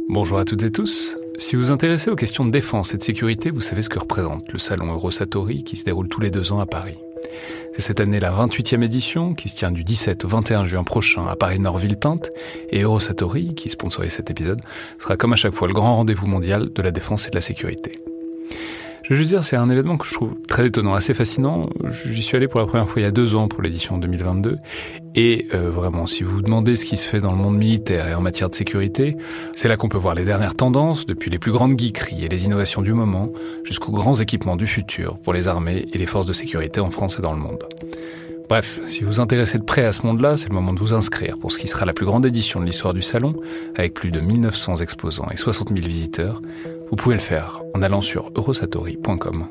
Bonjour à toutes et tous. Si vous vous intéressez aux questions de défense et de sécurité, vous savez ce que représente le salon Eurosatory qui se déroule tous les 2 ans à Paris. C'est cette année la 28e édition qui se tient du 17 au 21 juin prochain à Paris-Nord-Villepinte, et Eurosatory, qui sponsorise cet épisode, sera comme à chaque fois le grand rendez-vous mondial de la défense et de la sécurité. Je veux juste dire, c'est un événement que je trouve très étonnant, assez fascinant. J'y suis allé pour la première fois il y a 2 ans pour l'édition 2022. Et vraiment, si vous vous demandez ce qui se fait dans le monde militaire et en matière de sécurité, c'est là qu'on peut voir les dernières tendances, depuis les plus grandes geekeries et les innovations du moment, jusqu'aux grands équipements du futur pour les armées et les forces de sécurité en France et dans le monde. Bref, si vous vous intéressez de près à ce monde-là, c'est le moment de vous inscrire pour ce qui sera la plus grande édition de l'histoire du salon, avec plus de 1900 exposants et 60 000 visiteurs. Vous pouvez le faire en allant sur eurosatory.com.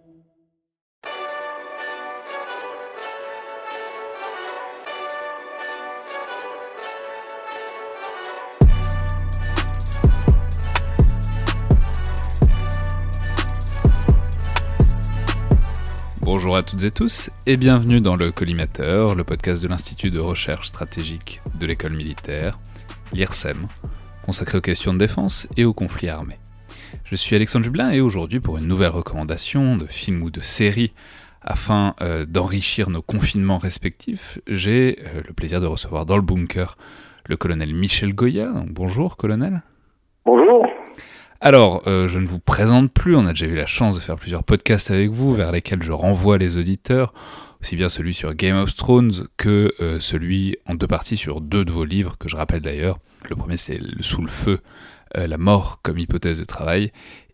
Bonjour à toutes et tous et bienvenue dans le Collimateur, le podcast de l'Institut de recherche stratégique de l'école militaire, l'IRSEM, consacré aux questions de défense et aux conflits armés. Je suis Alexandre Jublin et aujourd'hui pour une nouvelle recommandation de film ou de série afin d'enrichir nos confinements respectifs, j'ai le plaisir de recevoir dans le bunker le colonel Michel Goya. Donc, bonjour colonel. Bonjour. Alors, je ne vous présente plus, on a déjà eu la chance de faire plusieurs podcasts avec vous vers lesquels je renvoie les auditeurs, aussi bien celui sur Game of Thrones que celui en 2 parties sur 2 de vos livres, que je rappelle d'ailleurs. Le premier c'est Sous le feu, la mort comme hypothèse de travail,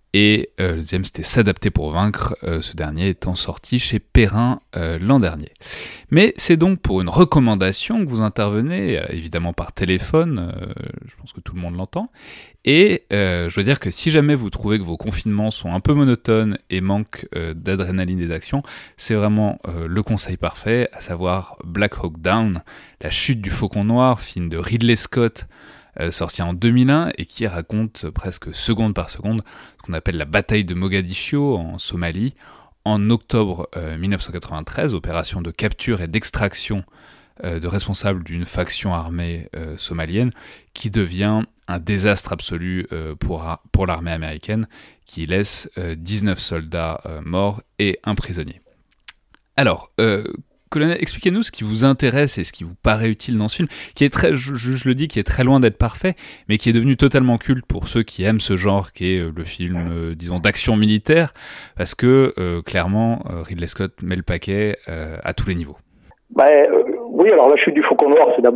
et le deuxième c'était S'adapter pour vaincre, ce dernier étant sorti chez Perrin l'an dernier. Mais c'est donc pour une recommandation que vous intervenez, évidemment par téléphone, je pense que tout le monde l'entend, et je veux dire que si jamais vous trouvez que vos confinements sont un peu monotones et manquent d'adrénaline et d'action, c'est vraiment le conseil parfait, à savoir Black Hawk Down, la chute du faucon noir, film de Ridley Scott, sorti en 2001 et qui raconte presque seconde par seconde ce qu'on appelle la bataille de Mogadiscio en Somalie en octobre 1993, opération de capture et d'extraction de responsables d'une faction armée somalienne qui devient un désastre absolu pour l'armée américaine qui laisse 19 soldats morts et un prisonnier. Alors, colonel, expliquez-nous ce qui vous intéresse et ce qui vous paraît utile dans ce film, qui est très, je le dis, qui est très loin d'être parfait, mais qui est devenu totalement culte pour ceux qui aiment ce genre, qui est le film, disons, d'action militaire, parce que, clairement, Ridley Scott met le paquet à tous les niveaux. Oui, alors la chute du faucon noir, c'est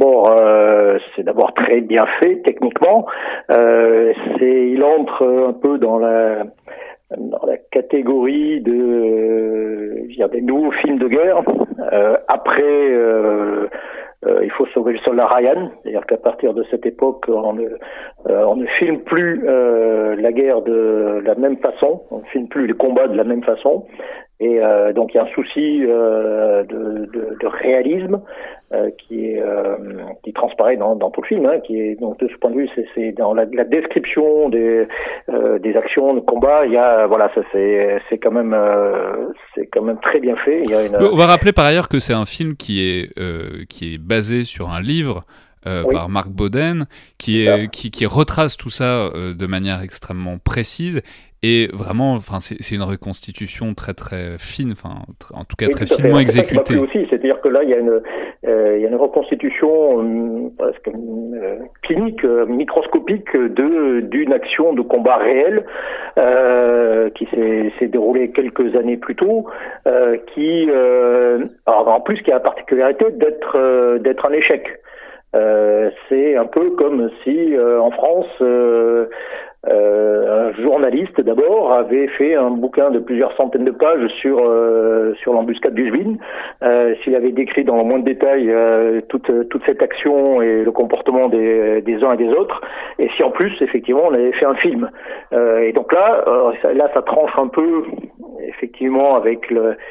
d'abord très bien fait techniquement. Il entre un peu dans la catégorie des nouveaux films de guerre. Il faut sauver le soldat Ryan, c'est-à-dire qu'à partir de cette époque, on ne filme plus la guerre de la même façon, on ne filme plus les combats de la même façon, et donc il y a un souci de réalisme qui transparaît dans tout le film, qui est donc de ce point de vue, c'est dans la description des actions de combat, il y a c'est quand même très bien fait. On va rappeler par ailleurs que c'est un film qui est basé sur un livre par Mark Boden qui retrace tout ça de manière extrêmement précise. Et vraiment, c'est une reconstitution très très fine, en tout cas très finement exécutée. Aussi, c'est-à-dire que là, il y a une reconstitution presque clinique, microscopique d'une action de combat réelle qui s'est déroulée quelques années plus tôt, qui en plus qui a la particularité d'être un échec. C'est un peu comme si en France un journaliste d'abord avait fait un bouquin de plusieurs centaines de pages sur l'embuscade du Jbin. S'il avait décrit dans le moins de détails toute cette action et le comportement des uns et des autres, et si en plus effectivement on avait fait un film. Et donc là ça tranche un peu effectivement avec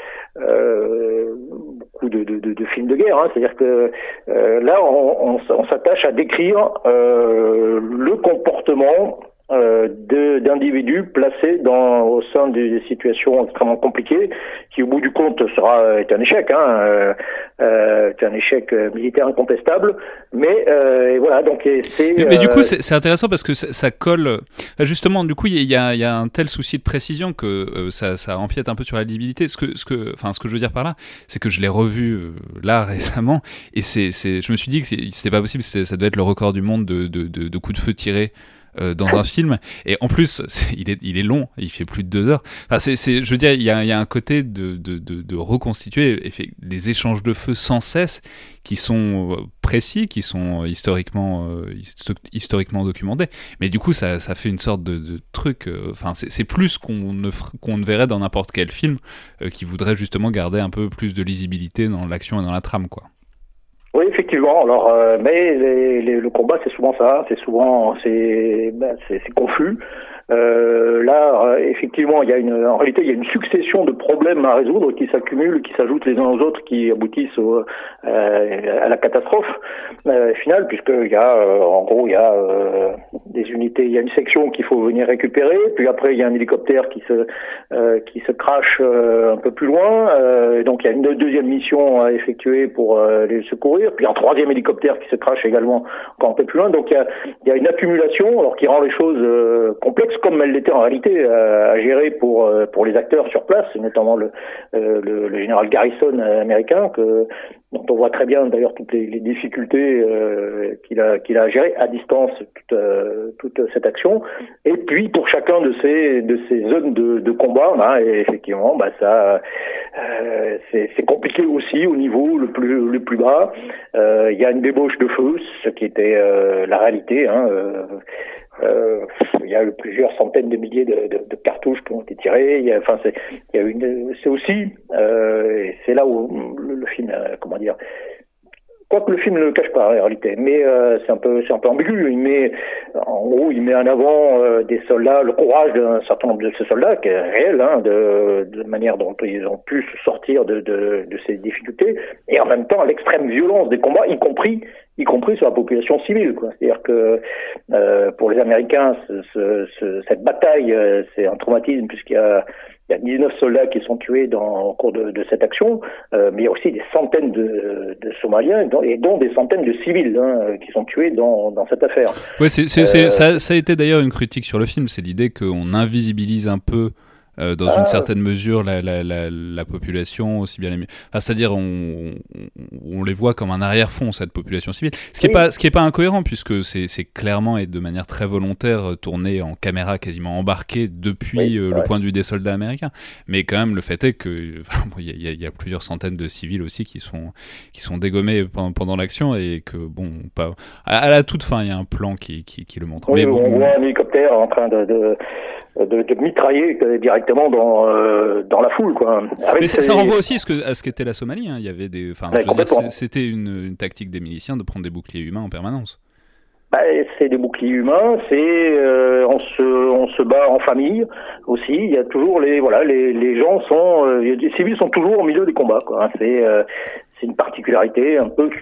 beaucoup de films de guerre, c'est-à-dire que là on s'attache à décrire le comportement d'individus placés au sein des situations extrêmement compliquées, qui au bout du compte est un échec, est un échec militaire incontestable. Mais voilà, donc c'est. Mais du coup, c'est intéressant parce que ça colle. Justement, du coup, il y a un tel souci de précision que ça empiète un peu sur la lisibilité. Ce que je veux dire par là, c'est que je l'ai revu là récemment, et je me suis dit que c'était pas possible. Ça doit être le record du monde de coups de feu tirés dans un film, et en plus il est long, il fait plus de 2 heures. Enfin, je veux dire, il y a un côté de reconstituer les échanges de feu sans cesse, qui sont précis, qui sont historiquement documentés, mais du coup ça fait une sorte de truc, enfin c'est plus qu'on ne verrait dans n'importe quel film qui voudrait justement garder un peu plus de lisibilité dans l'action et dans la trame, quoi. Oui, effectivement. Alors, mais le combat, c'est souvent ça. C'est confus. Là, effectivement, en réalité, il y a une succession de problèmes à résoudre qui s'accumulent, qui s'ajoutent les uns aux autres, qui aboutissent à la catastrophe finale, puisque il y a des unités, il y a une section qu'il faut venir récupérer, puis après il y a un hélicoptère qui se crache un peu plus loin, et donc il y a une deuxième mission à effectuer pour les secourir, puis un troisième hélicoptère qui se crache également encore un peu plus loin. Donc il y a une accumulation, alors qui rend les choses complexes, comme elle l'était en réalité à gérer pour les acteurs sur place, notamment le général Garrison américain, dont on voit très bien d'ailleurs toutes les difficultés qu'il a à gérer à distance toute cette action. Et puis pour chacun de ces zones de combat, et effectivement, ça c'est compliqué aussi au niveau le plus bas. Il y a une débauche de feu, ce qui était la réalité. Il y a eu plusieurs centaines de milliers de cartouches qui ont été tirées. C'est aussi, et c'est là où le film, comment dire, quoique le film ne le cache pas en réalité, mais c'est un peu ambigu. Il met en avant des soldats, le courage d'un certain nombre de ces soldats, qui est réel, de manière dont ils ont pu sortir de ces difficultés, et en même temps l'extrême violence des combats, y compris sur la population civile, quoi. C'est-à-dire que pour les Américains, cette bataille, c'est un traumatisme, puisqu'il y a 19 soldats qui sont tués au cours de cette action, mais il y a aussi des centaines de Somaliens, et dont des centaines de civils qui sont tués dans cette affaire. Ouais, ça a été d'ailleurs une critique sur le film, c'est l'idée qu'on invisibilise un peu dans une certaine mesure la population, aussi bien c'est-à-dire on les voit comme un arrière-fond, cette population civile, ce qui est pas incohérent, puisque c'est clairement et de manière très volontaire tourné en caméra quasiment embarquée depuis le point de vue des soldats américains, mais quand même le fait est que il y a plusieurs centaines de civils aussi qui sont dégommés pendant l'action, et que à la toute fin il y a un plan qui le montre. Oui, mais on voit un hélicoptère en train de mitrailler directement dans la foule, quoi. Mais ça renvoie aussi à ce qu'était la Somalie, Il y avait c'était une tactique des miliciens de prendre des boucliers humains en permanence. C'est des boucliers humains, on se bat en famille aussi. Il y a toujours les gens les civils sont toujours au milieu des combats, quoi. C'est une particularité un peu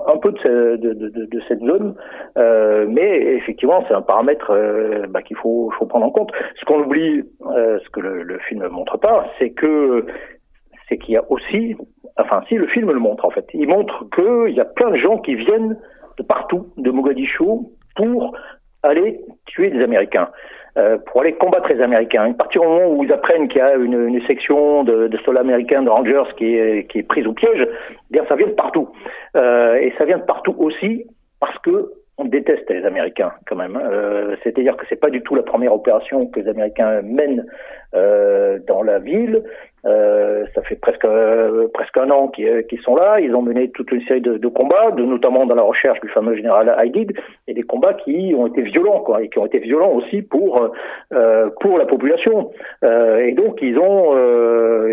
de cette zone, mais effectivement c'est un paramètre qu'il faut prendre en compte. Ce qu'on oublie, ce que le film ne montre pas, c'est qu'il y a aussi, si le film le montre en fait, il montre qu'il y a plein de gens qui viennent de partout, de Mogadiscio, pour aller tuer des Américains. Pour aller combattre les Américains. À partir du moment où ils apprennent qu'il y a une section de soldats américains, de Rangers, qui est prise au piège, bien ça vient de partout. Et ça vient de partout aussi parce que on déteste les Américains quand même. C'est-à-dire que c'est pas du tout la première opération que les Américains mènent dans la ville. Ça fait presque un an qu'ils sont là. Ils ont mené toute une série de combats, notamment dans la recherche du fameux général Aidid, et des combats qui ont été violents, quoi, et qui ont été violents aussi pour la population. Et donc ils ont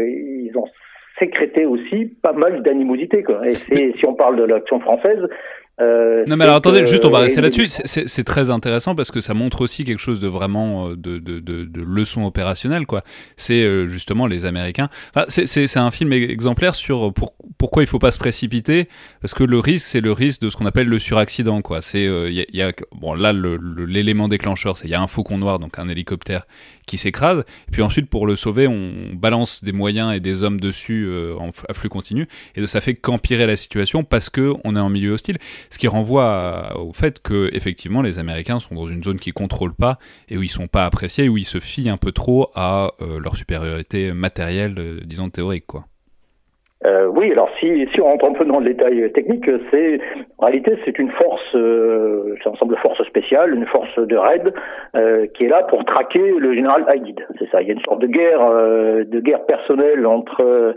sécrété aussi pas mal d'animosité, quoi. Et si on parle de l'action française, Non mais alors attendez, juste on va rester là-dessus. C'est très intéressant parce que ça montre aussi quelque chose de vraiment de leçon opérationnelle, quoi. C'est justement les Américains. Enfin, c'est un film exemplaire sur pourquoi il faut pas se précipiter, parce que le risque, c'est le risque de ce qu'on appelle le suraccident, quoi. C'est y a bon là l'élément déclencheur, c'est il y a un faucon noir, donc un hélicoptère qui s'écrase, et puis ensuite pour le sauver, on balance des moyens et des hommes dessus à flux continu, et ça fait qu'empirer la situation parce que on est en milieu hostile. Ce qui renvoie au fait que effectivement les Américains sont dans une zone qu'ils contrôlent pas et où ils sont pas appréciés, où ils se fient un peu trop à leur supériorité matérielle, disons théorique, quoi. Oui, alors si on rentre un peu dans le détail technique, en réalité c'est une force, c'est un ensemble de forces spéciales, une force de raid qui est là pour traquer le général Haïdid. C'est ça. Il y a une sorte de guerre personnelle entre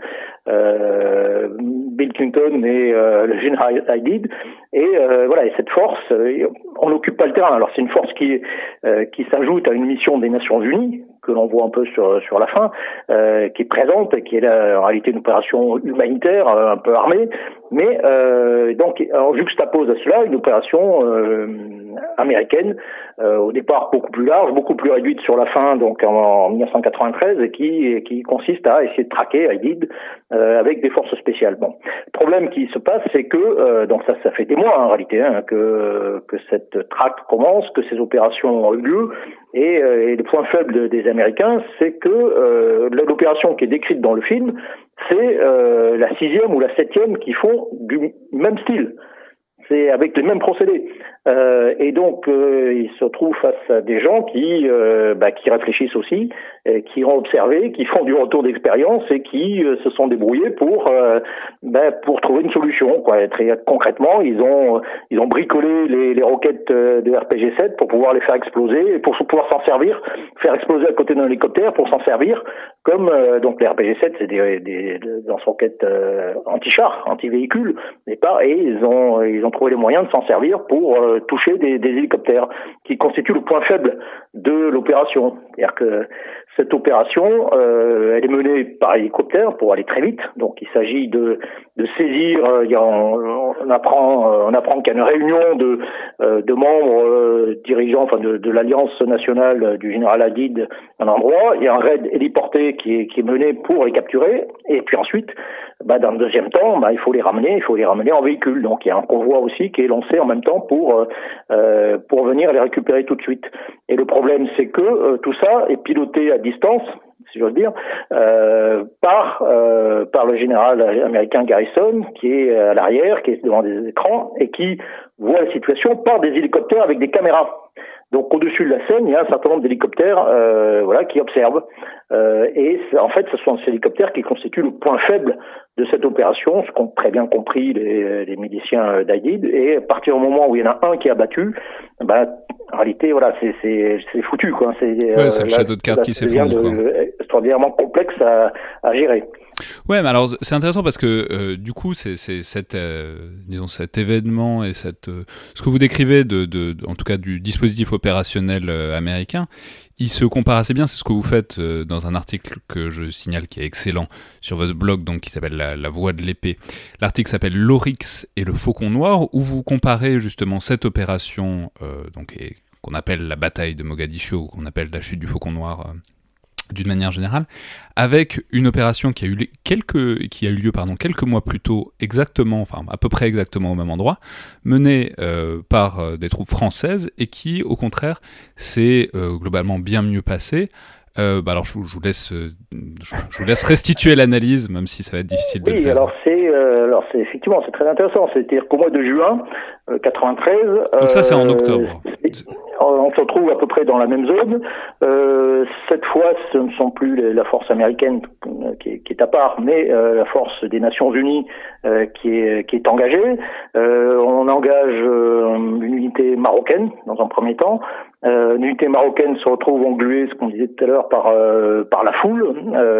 Bill Clinton et le général Haïdid. Et voilà, et cette force, on n'occupe pas le terrain. Alors c'est une force qui s'ajoute à une mission des Nations Unies que l'on voit un peu sur la fin, qui est présente, qui est là, en réalité une opération humanitaire, un peu armée, mais donc on juxtapose à cela une opération américaine, au départ beaucoup plus large, beaucoup plus réduite sur la fin, donc en 1993, et qui consiste à essayer de traquer Haïdid avec des forces spéciales. Bon, le problème qui se passe, c'est que donc ça fait des mois en réalité que cette traque commence, que ces opérations ont eu lieu, et le point faible des Américains, c'est que l'opération qui est décrite dans le film, c'est la 6e ou la 7e qui font du même style. C'est avec les mêmes procédés. Et donc, ils se trouvent face à des gens qui réfléchissent aussi, qui ont observé, qui font du retour d'expérience et qui se sont débrouillés pour trouver une solution, quoi. Très concrètement, ils ont bricolé les roquettes de RPG-7 pour pouvoir les faire exploser et pour pouvoir s'en servir, faire exploser à côté d'un hélicoptère pour s'en servir, comme donc les RPG-7, c'est des lance-roquettes anti-char, anti-véhicules, et ils ont trouvé les moyens de s'en servir pour toucher des hélicoptères, qui constituent le point faible de l'opération. C'est-à-dire que cette opération, elle est menée par hélicoptère pour aller très vite. Donc il s'agit de saisir. On apprend qu'il y a une réunion de membres dirigeants, enfin de l'alliance nationale du général Haïdid à un endroit. Il y a un raid héliporté qui est mené pour les capturer. Et puis ensuite, dans le deuxième temps, il faut les ramener en véhicule. Donc il y a un convoi aussi qui est lancé en même temps pour venir les récupérer tout de suite. Et le problème, c'est que tout ça est piloté à distance, si j'ose dire, par le général américain Garrison, qui est à l'arrière, qui est devant des écrans et qui voit la situation par des hélicoptères avec des caméras. Donc au-dessus de la scène, il y a un certain nombre d'hélicoptères qui observent. Et en fait, ce sont ces hélicoptères qui constituent le point faible de cette opération, ce qu'ont très bien compris les miliciens d'Haïdid. Et à partir du moment où il y en a un qui est abattu, en réalité, voilà, c'est foutu, quoi. C'est le château de cartes qui s'effondre. C'est extraordinairement complexe à gérer. Ouais, mais alors c'est intéressant parce que du coup, c'est cet événement et ce que vous décrivez en tout cas du dispositif opérationnel américain, il se compare assez bien. C'est ce que vous faites dans un article que je signale qui est excellent sur votre blog, donc qui s'appelle La Voix de l'épée. L'article s'appelle L'Oryx et le Faucon Noir, où vous comparez justement cette opération qu'on appelle la bataille de Mogadiscio, ou qu'on appelle la chute du Faucon Noir. D'une manière générale, avec une opération qui a eu lieu quelques mois plus tôt, à peu près exactement au même endroit, menée par des troupes françaises et qui, au contraire, s'est globalement bien mieux passée. Alors je vous laisse restituer l'analyse, même si ça va être difficile de le faire. Alors c'est effectivement c'est très intéressant. C'est-à-dire qu'au mois de juin 93. Donc ça c'est en octobre. On se retrouve à peu près dans la même zone. Cette fois, ce ne sont plus la force américaine qui est à part, mais la force des Nations Unies qui est engagée. On engage une unité marocaine dans un premier temps. Une unité marocaine se retrouve engluée, ce qu'on disait tout à l'heure, par la foule,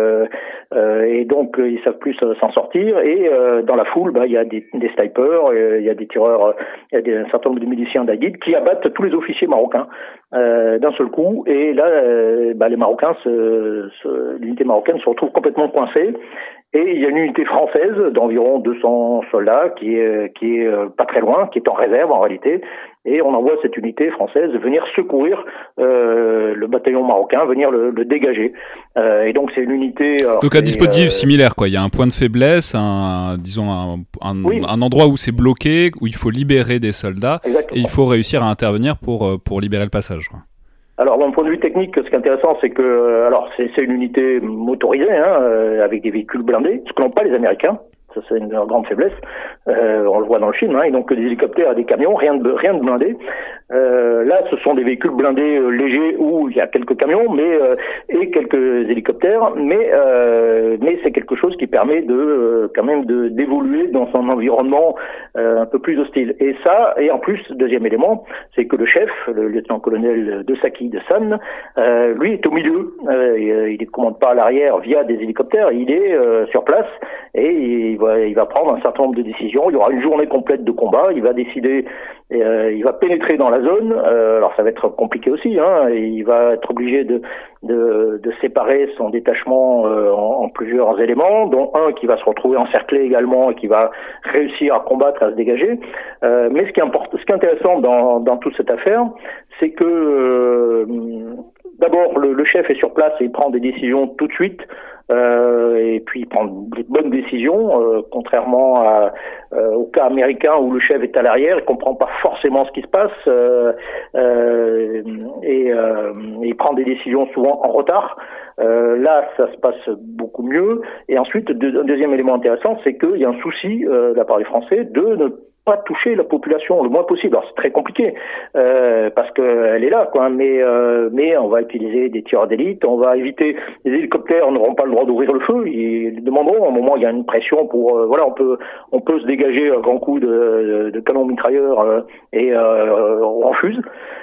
et donc ils savent plus s'en sortir. Et dans la foule, il y a des snipers, il y a des tireurs, il y a un certain nombre de miliciens d'Haïdid qui abattent tous les officiers marocains marocains d'un seul coup. Et là, les Marocains, l'unité marocaine se retrouve complètement coincée. Et il y a une unité française d'environ 200 soldats qui est pas très loin, qui est en réserve en réalité. Et on envoie cette unité française venir secourir le bataillon marocain, venir le dégager. Et donc c'est une unité. Donc un dispositif similaire, quoi. Il y a un point de faiblesse, un endroit où c'est bloqué, où il faut libérer des soldats. Exactement. Et il faut réussir à intervenir pour libérer le passage, quoi. Alors, d'un point de vue technique, ce qui est intéressant, c'est que, c'est une unité motorisée, avec des véhicules blindés, ce que n'ont pas les Américains. Ça, c'est une grande faiblesse. On le voit dans le film, et donc des hélicoptères et des camions, rien de blindé. Là, ce sont des véhicules blindés légers où il y a quelques camions, et quelques hélicoptères, mais c'est quelque chose qui permet quand même d'évoluer dans son environnement un peu plus hostile. Et ça, et en plus, deuxième élément, c'est que le chef, le lieutenant-colonel de Saki de San, lui est au milieu. Il ne commande pas à l'arrière via des hélicoptères, il est sur place et il va prendre un certain nombre de décisions. Il y aura une journée complète de combat. Il va décider, il va pénétrer dans la zone. Alors ça va être compliqué aussi. Il va être obligé de séparer son détachement en plusieurs éléments, dont un qui va se retrouver encerclé également et qui va réussir à combattre, à se dégager. Mais ce qui est intéressant dans toute cette affaire, c'est que d'abord le chef est sur place et il prend des décisions tout de suite. Et puis il prend des bonnes décisions, contrairement au cas américain où le chef est à l'arrière, il comprend pas forcément ce qui se passe, et il prend des décisions souvent en retard. Là, ça se passe beaucoup mieux. Et ensuite, un deuxième élément intéressant, c'est qu'il y a un souci de la part des Français de ne pas toucher la population le moins possible. Alors c'est très compliqué parce que elle est là, quoi. Mais on va utiliser des tireurs d'élite, on va éviter. Les hélicoptères n'auront pas le droit d'ouvrir le feu. Ils demanderont au moment où il y a une pression pour on peut se dégager un grand coup de canon mitrailleur et on refuse.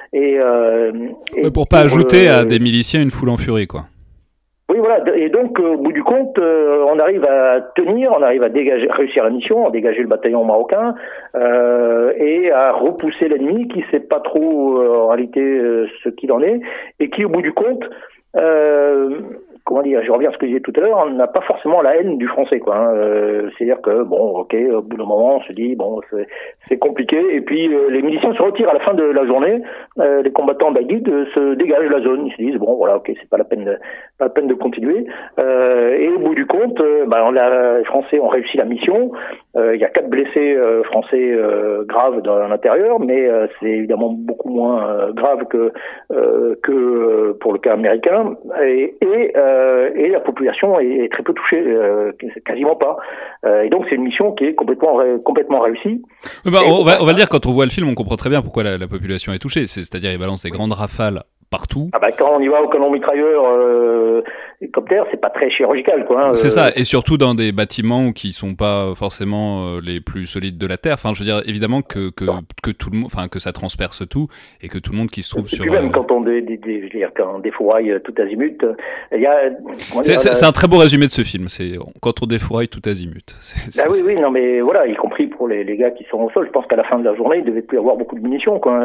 Pour pas ajouter à des miliciens une foule en furie, quoi. Oui, voilà. Et donc, au bout du compte, on arrive à tenir, on arrive à réussir la mission, à dégager le bataillon marocain et à repousser l'ennemi qui sait pas trop en réalité ce qu'il en est et qui, au bout du compte, comment dire, je reviens à ce que je disais tout à l'heure, on n'a pas forcément la haine du français, quoi. C'est-à-dire que au bout d'un moment, on se dit c'est compliqué, et puis les miliciens se retirent à la fin de la journée. Les combattants d'Aguid se dégagent de la zone. Ils se disent c'est pas la peine de continuer. Et au bout du compte, les Français ont réussi la mission. Il y a 4 blessés français graves dans l'intérieur, mais c'est évidemment beaucoup moins grave que pour le cas américain. Et la population est très peu touchée, quasiment pas. Et donc c'est une mission qui est complètement réussie. On va le dire, quand on voit le film, on comprend très bien pourquoi la population est touchée. C'est-à-dire ils balancent des grandes rafales partout. Quand on y va au canon mitrailleur hélicoptère, c'est pas très chirurgical, quoi. C'est ça, et surtout dans des bâtiments qui sont pas forcément les plus solides de la terre. Enfin, je veux dire, évidemment que tout le monde, enfin que ça transperce tout et que tout le monde qui se trouve sur. Puis même quand on quand on défouraille tout azimut, il y a. C'est un très beau résumé de ce film. C'est quand on défouraille tout azimut. Oui, non mais voilà, y compris pour les gars qui sont au sol. Je pense qu'à la fin de la journée, il devait plus y avoir beaucoup de munitions, quoi.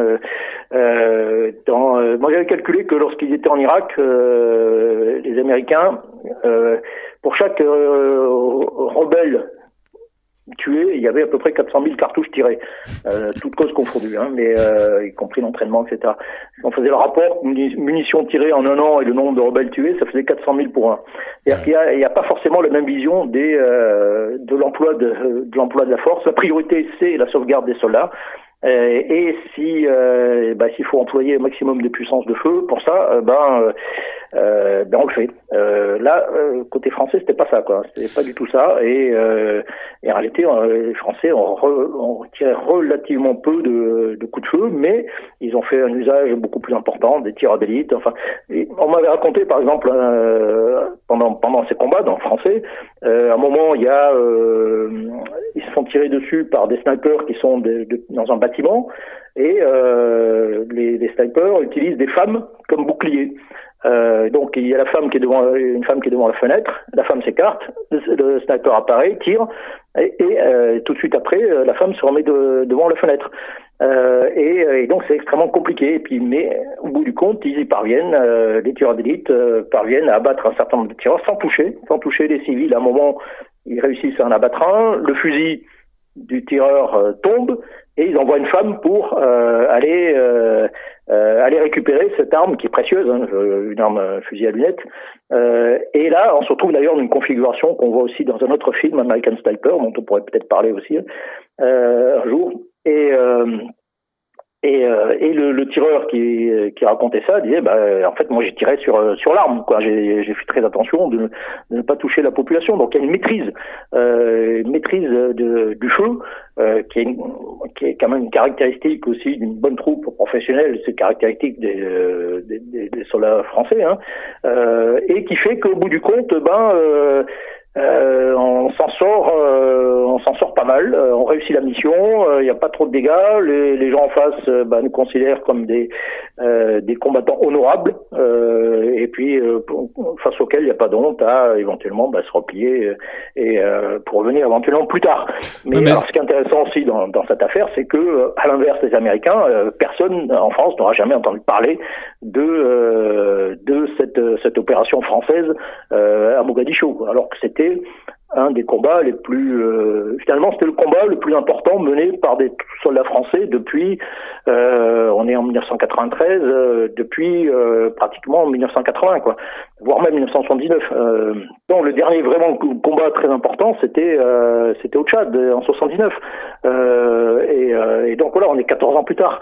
Moi, j'avais calculé que lorsqu'ils étaient en Irak, les Américains, pour chaque rebelle tué, il y avait à peu près 400 000 cartouches tirées, toutes causes confondues, mais y compris l'entraînement, etc. On faisait le rapport munitions tirées en un an et le nombre de rebelles tués, ça faisait 400 000 pour un. C'est-à-dire qu'il y a pas forcément la même vision de l'emploi de la force. La priorité, c'est la sauvegarde des soldats. Et s'il faut employer un maximum de puissance de feu pour ça, on le fait. Là, côté français, c'était pas ça, quoi. C'était pas du tout ça. Et en réalité, les Français ont tiré relativement peu de coups de feu, mais ils ont fait un usage beaucoup plus important des tireurs d'élite. Enfin, on m'avait raconté, par exemple, pendant ces combats, dans le français, à un moment, ils se font tirer dessus par des snipers qui sont dans un bâtiment, et les snipers utilisent des femmes comme boucliers. Donc il y a une femme qui est devant la fenêtre, la femme s'écarte, le sniper apparaît, tire, et tout de suite après, la femme se remet devant la fenêtre. Et donc c'est extrêmement compliqué. Et puis, mais au bout du compte, ils y parviennent. Les tueurs d'élite parviennent à abattre un certain nombre de tireurs sans toucher les civils. À un moment, ils réussissent à en abattre un. Le fusil du tireur tombe et ils envoient une femme pour aller récupérer cette arme qui est précieuse, hein, une arme fusil à lunettes. Et là, on se retrouve d'ailleurs dans une configuration qu'on voit aussi dans un autre film, American Sniper, dont on pourrait peut-être parler aussi un jour. Et le tireur qui racontait ça disait en fait moi j'ai tiré sur l'arme, quoi. J'ai fait très attention de ne pas toucher la population. Donc il y a une maîtrise du feu qui est quand même une caractéristique aussi d'une bonne troupe professionnelle. C'est caractéristique des soldats français, hein, et qui fait qu'au bout du compte on s'en sort pas mal. On réussit la mission. Il n'y a pas trop de dégâts. Les gens en face nous considèrent comme des combattants honorables. Et puis face auxquels il n'y a pas de honte à éventuellement se replier et pour revenir éventuellement plus tard. Mais alors, ce qui est intéressant aussi dans cette affaire, c'est que à l'inverse des Américains, personne en France n'aura jamais entendu parler de cette opération française à Mogadiscio, quoi. Alors que c'était un des combats les plus finalement c'était le combat le plus important mené par des soldats français depuis on est en 1993 depuis pratiquement 1980, quoi, voire même 1979. Donc le dernier vraiment combat très important c'était au Tchad en 79 et donc voilà, on est 14 ans plus tard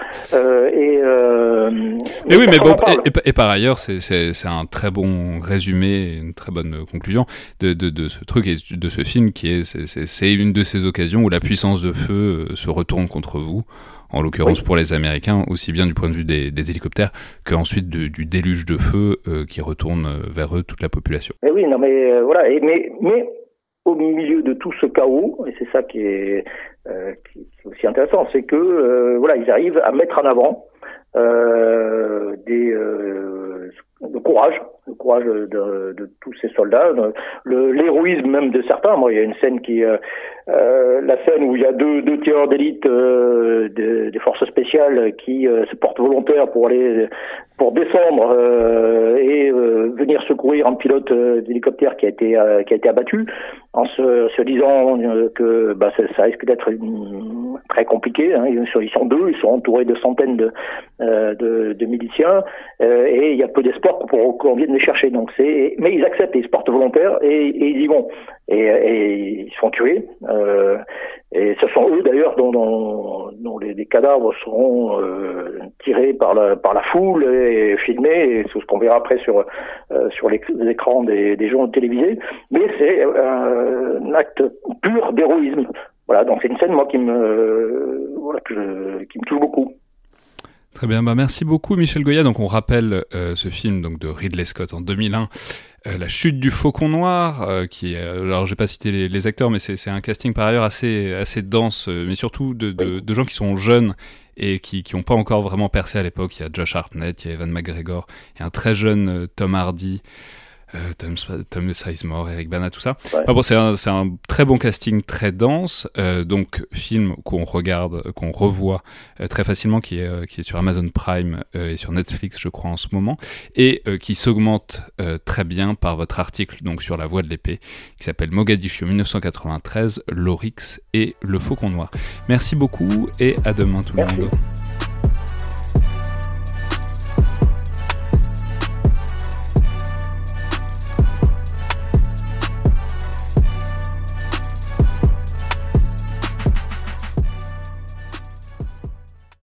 mais oui, mais bon, et par ailleurs c'est un très bon résumé, une très bonne conclusion de ce truc et de ce film c'est une de ces occasions où la puissance de feu se retourne contre vous, en l'occurrence pour les Américains, aussi bien du point de vue des hélicoptères qu'ensuite du déluge de feu qui retourne vers eux toute la population. Mais oui, non mais voilà, mais au milieu de tout ce chaos, et c'est ça qui est aussi intéressant, c'est que ils arrivent à mettre en avant le courage de tous ces soldats, l'héroïsme même de certains. Moi, il y a une scène la scène où il y a deux tireurs d'élite des forces spéciales qui se portent volontaires pour descendre et venir secourir un pilote d'hélicoptère qui a été abattu, en se disant que ça risque d'être très compliqué, hein. Ils sont deux, ils sont entourés de centaines de miliciens et il y a peu d'espoir qu'on vienne les chercher. Donc mais ils acceptent, ils se portent volontaires et ils y vont et ils se font tuer. Et ce sont eux d'ailleurs dont les cadavres seront tirés par la foule et filmés, et c'est ce qu'on verra après sur les écrans des journaux télévisés. Mais c'est un acte pur d'héroïsme. Voilà, donc c'est une scène moi qui me touche beaucoup. Très bien, merci beaucoup Michel Goya. Donc on rappelle ce film donc de Ridley Scott en 2001, La chute du faucon noir, qui est, alors j'ai pas cité les acteurs, mais c'est un casting par ailleurs assez dense, mais surtout de gens qui sont jeunes et qui ont pas encore vraiment percé à l'époque. Il y a Josh Hartnett, il y a Ewan McGregor, il y a un très jeune Tom Hardy, Tom Sizemore, Eric Bana, tout ça. Ouais. Enfin bon, c'est un très bon casting, très dense. Donc film qu'on revoit très facilement, qui est sur Amazon Prime et sur Netflix, je crois, en ce moment, et qui s'augmente très bien par votre article donc sur La Voix de l'épée, qui s'appelle Mogadiscio 1993, l'Oryx et le Faucon Noir. Merci beaucoup et à demain tout le monde.